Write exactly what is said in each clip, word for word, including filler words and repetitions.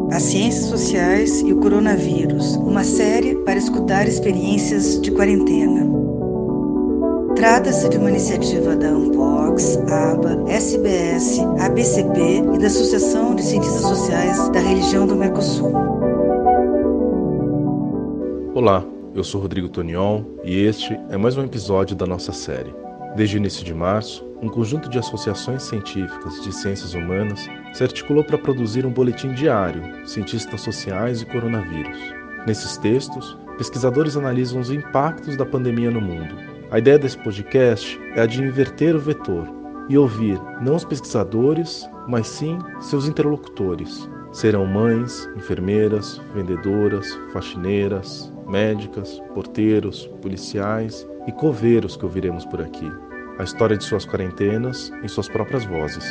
As Ciências Sociais e o Coronavírus, uma série para escutar experiências de quarentena. Trata-se de uma iniciativa da Ampox, ABA, S B S, A B C P e da Associação de Cientistas Sociais da Região do Mercosul. Olá, eu sou Rodrigo Toniol e este é mais um episódio da nossa série. Desde o início de março, um conjunto de associações científicas de ciências humanas se articulou para produzir um boletim diário, Cientistas Sociais e Coronavírus. Nesses textos, pesquisadores analisam os impactos da pandemia no mundo. A ideia desse podcast é a de inverter o vetor e ouvir não os pesquisadores, mas sim seus interlocutores. Serão mães, enfermeiras, vendedoras, faxineiras, médicas, porteiros, policiais e coveiros que ouviremos por aqui. A história de suas quarentenas em suas próprias vozes.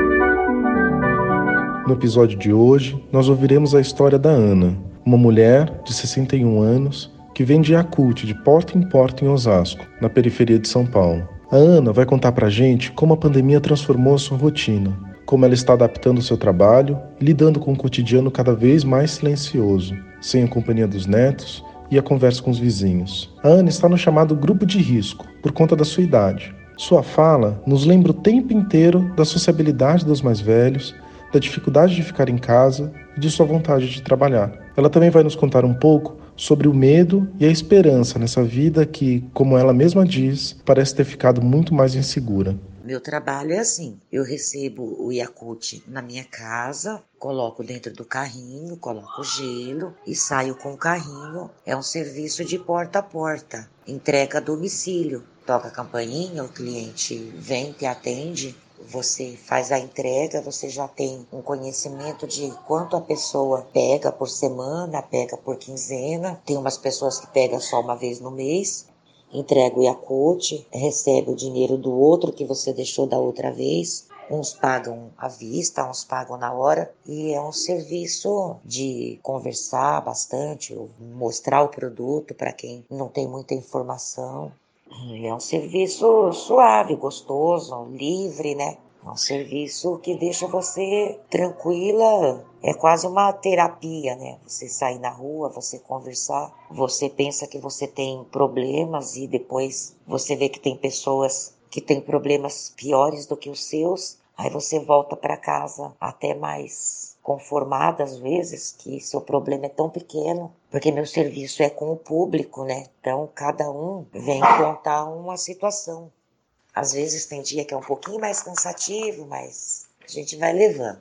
No episódio de hoje, nós ouviremos a história da Ana, uma mulher de sessenta e um anos que vende Yakult de porta em porta em Osasco, na periferia de São Paulo. A Ana vai contar pra gente como a pandemia transformou a sua rotina, como ela está adaptando o seu trabalho e lidando com um cotidiano cada vez mais silencioso, sem a companhia dos netos e a conversa com os vizinhos. A Ana está no chamado grupo de risco, por conta da sua idade. Sua fala nos lembra o tempo inteiro da sociabilidade dos mais velhos, da dificuldade de ficar em casa e de sua vontade de trabalhar. Ela também vai nos contar um pouco sobre o medo e a esperança nessa vida que, como ela mesma diz, parece ter ficado muito mais insegura. Meu trabalho é assim, eu recebo o Yakult na minha casa, coloco dentro do carrinho, coloco gelo e saio com o carrinho. É um serviço de porta a porta, entrega a domicílio. Toca a campainha, o cliente vem, te atende, você faz a entrega, você já tem um conhecimento de quanto a pessoa pega por semana, pega por quinzena. Tem umas pessoas que pegam só uma vez no mês. Entrega o Yakult, recebe o dinheiro do outro que você deixou da outra vez. Uns pagam à vista, uns pagam na hora. E é um serviço de conversar bastante, mostrar o produto para quem não tem muita informação. É um serviço suave, gostoso, livre, né? É um serviço que deixa você tranquila, é quase uma terapia, né? Você sair na rua, você conversar, você pensa que você tem problemas e depois você vê que tem pessoas que têm problemas piores do que os seus, aí você volta para casa até mais conformada às vezes, que seu problema é tão pequeno, porque meu serviço é com o público, né? Então cada um vem contar uma situação. Às vezes tem dia que é um pouquinho mais cansativo, mas a gente vai levando.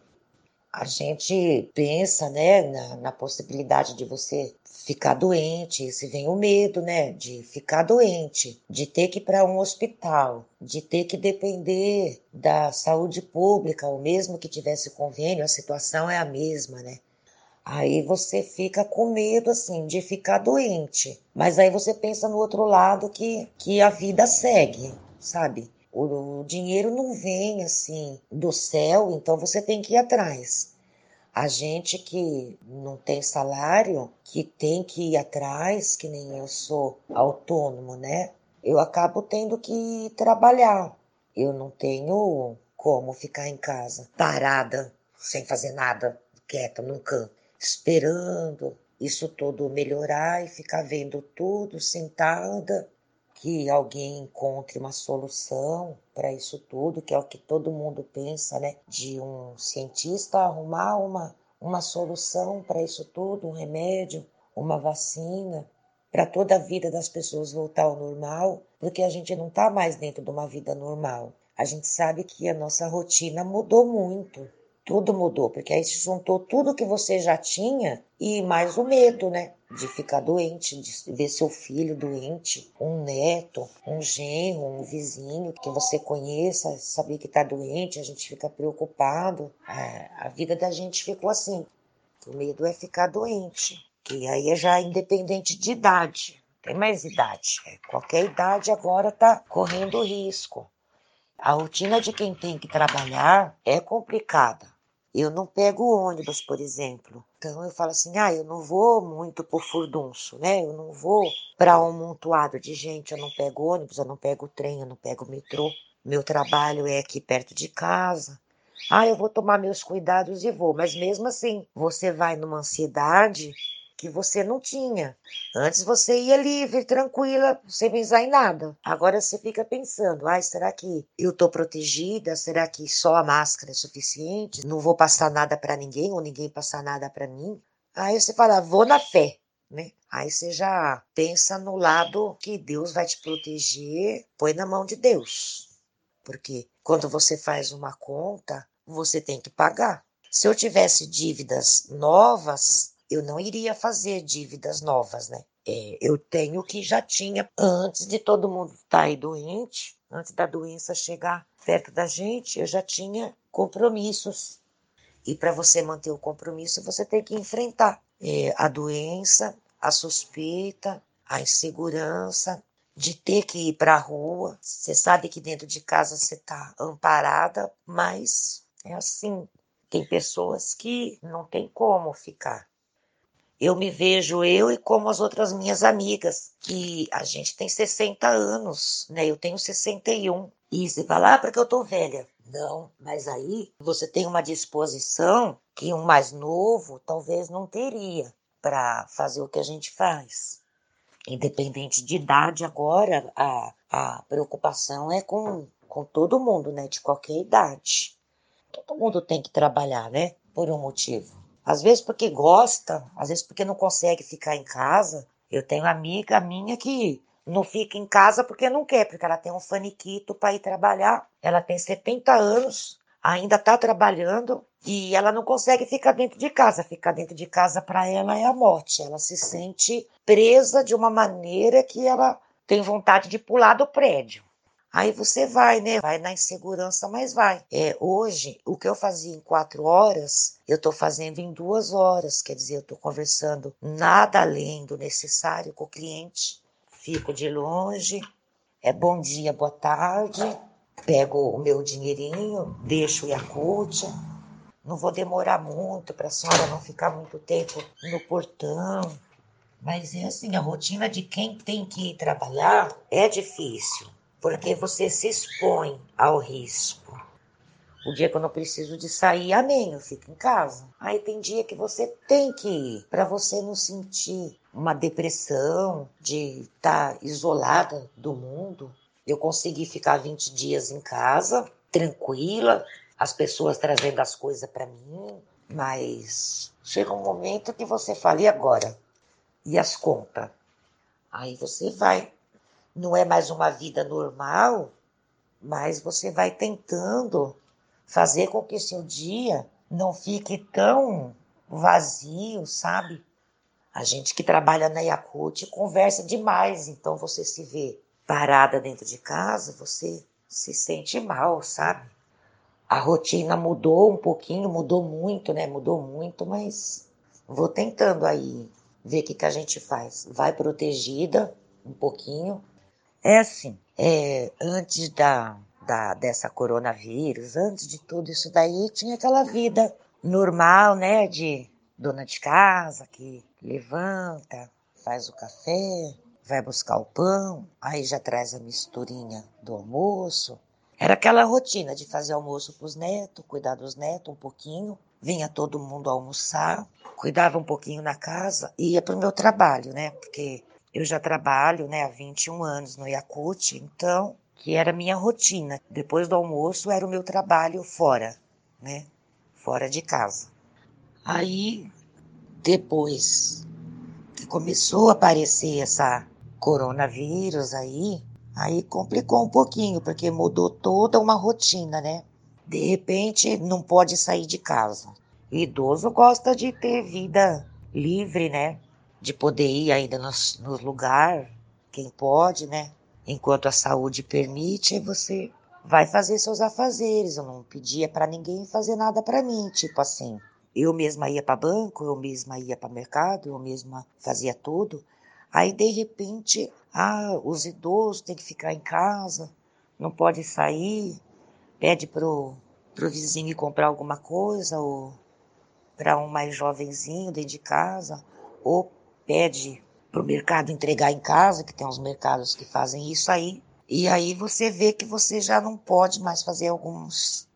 A gente pensa, né, na, na possibilidade de você ficar doente, se vem o medo, né, de ficar doente, de ter que ir para um hospital, de ter que depender da saúde pública, ou mesmo que tivesse convênio, a situação é a mesma, né? Aí você fica com medo, assim, de ficar doente. Mas aí você pensa no outro lado que, que a vida segue, sabe? O, o dinheiro não vem, assim, do céu, então você tem que ir atrás. A gente que não tem salário, que tem que ir atrás, que nem eu sou autônomo, né? Eu acabo tendo que trabalhar. Eu não tenho como ficar em casa, parada, sem fazer nada, quieta num canto, esperando isso tudo melhorar e ficar vendo tudo sentada, que alguém encontre uma solução para isso tudo, que é o que todo mundo pensa, né? De um cientista arrumar uma, uma solução para isso tudo, um remédio, uma vacina, para toda a vida das pessoas voltar ao normal, porque a gente não está mais dentro de uma vida normal. A gente sabe que a nossa rotina mudou muito. Tudo mudou, porque aí se juntou tudo que você já tinha e mais o medo, né? De ficar doente, de ver seu filho doente, um neto, um genro, um vizinho que você conheça, saber que está doente, a gente fica preocupado. A, a vida da gente ficou assim. O medo é ficar doente, que aí é já independente de idade. Tem mais idade. Qualquer idade agora está correndo risco. A rotina de quem tem que trabalhar é complicada. Eu não pego ônibus, por exemplo. Então eu falo assim, ah, eu não vou muito por furdunço, né? Eu não vou para um amontoado de gente, eu não pego ônibus, eu não pego trem, eu não pego metrô. Meu trabalho é aqui perto de casa. Ah, eu vou tomar meus cuidados e vou. Mas mesmo assim, você vai numa ansiedade que você não tinha. Antes você ia livre, tranquila, sem pensar em nada. Agora você fica pensando, ai, será que eu tô protegida? Será que só a máscara é suficiente? Não vou passar nada para ninguém ou ninguém passar nada para mim? Aí você fala, vou na fé, né? Aí você já pensa no lado que Deus vai te proteger, põe na mão de Deus. Porque quando você faz uma conta, você tem que pagar. Se eu tivesse dívidas novas, eu não iria fazer dívidas novas, né? É, eu tenho o que já tinha antes de todo mundo estar aí doente, antes da doença chegar perto da gente, eu já tinha compromissos. E para você manter o compromisso, você tem que enfrentar é, a doença, a suspeita, a insegurança de ter que ir para a rua. Você sabe que dentro de casa você está amparada, mas é assim. Tem pessoas que não tem como ficar. Eu me vejo eu e como as outras minhas amigas, que a gente tem sessenta anos, né? Eu tenho sessenta e um. E você fala, ah, porque eu tô velha. Não, mas aí você tem uma disposição que um mais novo talvez não teria para fazer o que a gente faz. Independente de idade agora, a, a preocupação é com, com todo mundo, né? De qualquer idade. Todo mundo tem que trabalhar, né? Por um motivo. Às vezes porque gosta, às vezes porque não consegue ficar em casa. Eu tenho amiga minha que não fica em casa porque não quer, porque ela tem um faniquito para ir trabalhar. Ela tem setenta anos, ainda está trabalhando e ela não consegue ficar dentro de casa. Ficar dentro de casa para ela é a morte. Ela se sente presa de uma maneira que ela tem vontade de pular do prédio. Aí você vai, né? Vai na insegurança, mas vai. É, hoje, o que eu fazia em quatro horas, eu tô fazendo em duas horas. Quer dizer, eu tô conversando nada além do necessário com o cliente. Fico de longe. É bom dia, boa tarde. Pego o meu dinheirinho, deixo o Yakult. Não vou demorar muito para a senhora não ficar muito tempo no portão. Mas é assim, a rotina de quem tem que ir trabalhar é difícil, porque você se expõe ao risco. O dia que eu não preciso de sair, amém, eu fico em casa. Aí tem dia que você tem que ir, para você não sentir uma depressão, de estar isolada do mundo. Eu consegui ficar vinte dias em casa, tranquila, as pessoas trazendo as coisas para mim, mas chega um momento que você fala, e agora? E as contas? Aí você vai. Não é mais uma vida normal, mas você vai tentando fazer com que seu dia não fique tão vazio, sabe? A gente que trabalha na Yakult conversa demais, então você se vê parada dentro de casa, você se sente mal, sabe? A rotina mudou um pouquinho, mudou muito, né? Mudou muito, mas vou tentando aí ver o que, que a gente faz. Vai protegida um pouquinho. É assim, é, antes da, da, dessa coronavírus, antes de tudo isso daí, tinha aquela vida normal, né? De dona de casa que levanta, faz o café, vai buscar o pão, aí já traz a misturinha do almoço. Era aquela rotina de fazer almoço para os netos, cuidar dos netos um pouquinho. Vinha todo mundo almoçar, cuidava um pouquinho na casa e ia para o meu trabalho, né? Porque eu já trabalho, né, há vinte e um anos no Yakult, então, que era a minha rotina. Depois do almoço era o meu trabalho fora, né? Fora de casa. Aí, depois que começou a aparecer essa coronavírus aí, aí complicou um pouquinho, porque mudou toda uma rotina, né? De repente, não pode sair de casa. O idoso gosta de ter vida livre, né? De poder ir ainda nos, nos lugares, quem pode, né? Enquanto a saúde permite, você vai fazer seus afazeres. Eu não pedia para ninguém fazer nada para mim, tipo assim. Eu mesma ia para banco, eu mesma ia para mercado, eu mesma fazia tudo. Aí, de repente, ah, os idosos têm que ficar em casa, não pode sair, pede pro, pro vizinho comprar alguma coisa, ou para um mais jovenzinho dentro de casa, ou pede pro mercado entregar em casa, que tem uns mercados que fazem isso aí. E aí você vê que você já não pode mais fazer alguns,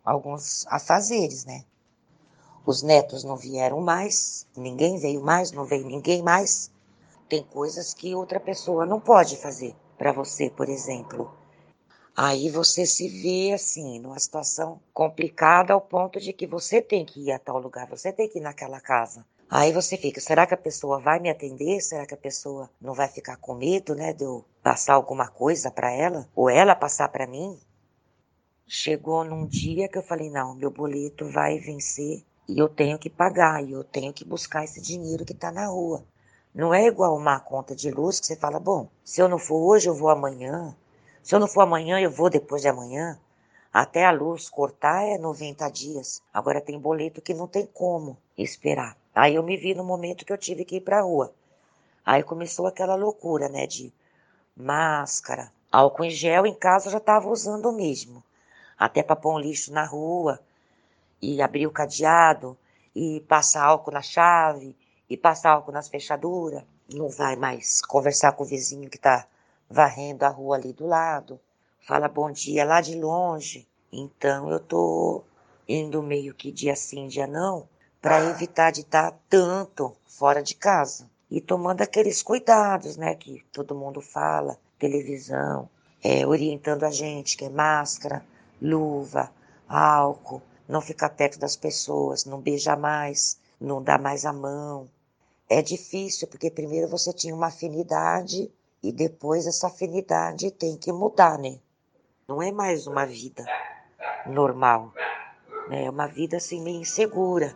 alguns afazeres, né? Os netos não vieram mais, ninguém veio mais, não veio ninguém mais. Tem coisas que outra pessoa não pode fazer para você, por exemplo. Aí você se vê assim, numa situação complicada ao ponto de que você tem que ir a tal lugar, você tem que ir naquela casa. Aí você fica, será que a pessoa vai me atender? Será que a pessoa não vai ficar com medo, né, de eu passar alguma coisa para ela? Ou ela passar para mim? Chegou num dia que eu falei, não, meu boleto vai vencer e eu tenho que pagar, e eu tenho que buscar esse dinheiro que está na rua. Não é igual uma conta de luz que você fala, bom, se eu não for hoje, eu vou amanhã. Se eu não for amanhã, eu vou depois de amanhã. Até a luz cortar é noventa dias. Agora tem boleto que não tem como esperar. Aí eu me vi no momento que eu tive que ir para a rua. Aí começou aquela loucura, né, de máscara, álcool em gel em casa eu já estava usando mesmo. Até para pôr um lixo na rua, e abrir o cadeado, e passar álcool na chave, e passar álcool nas fechaduras. Não vai mais conversar com o vizinho que está varrendo a rua ali do lado. Fala bom dia lá de longe. Então eu tô indo meio que dia sim, dia não, para evitar de estar tanto fora de casa. E tomando aqueles cuidados, né, que todo mundo fala, televisão, é, orientando a gente, que é máscara, luva, álcool, não ficar perto das pessoas, não beijar mais, não dar mais a mão. É difícil, porque primeiro você tinha uma afinidade e depois essa afinidade tem que mudar, né? Não é mais uma vida normal, né? É uma vida assim meio insegura.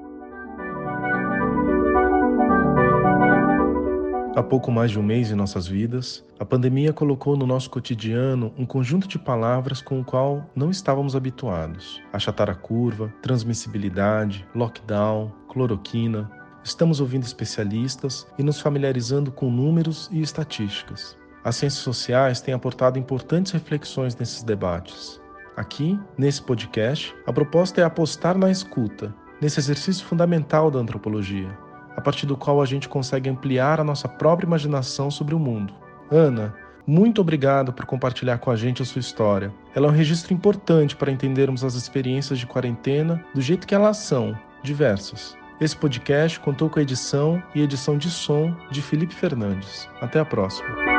Há pouco mais de um mês em nossas vidas, a pandemia colocou no nosso cotidiano um conjunto de palavras com o qual não estávamos habituados. Achatar a curva, transmissibilidade, lockdown, cloroquina. Estamos ouvindo especialistas e nos familiarizando com números e estatísticas. As ciências sociais têm aportado importantes reflexões nesses debates. Aqui, nesse podcast, a proposta é apostar na escuta, nesse exercício fundamental da antropologia, a partir do qual a gente consegue ampliar a nossa própria imaginação sobre o mundo. Ana, muito obrigado por compartilhar com a gente a sua história. Ela é um registro importante para entendermos as experiências de quarentena do jeito que elas são, diversas. Esse podcast contou com a edição e edição de som de Felipe Fernandes. Até a próxima.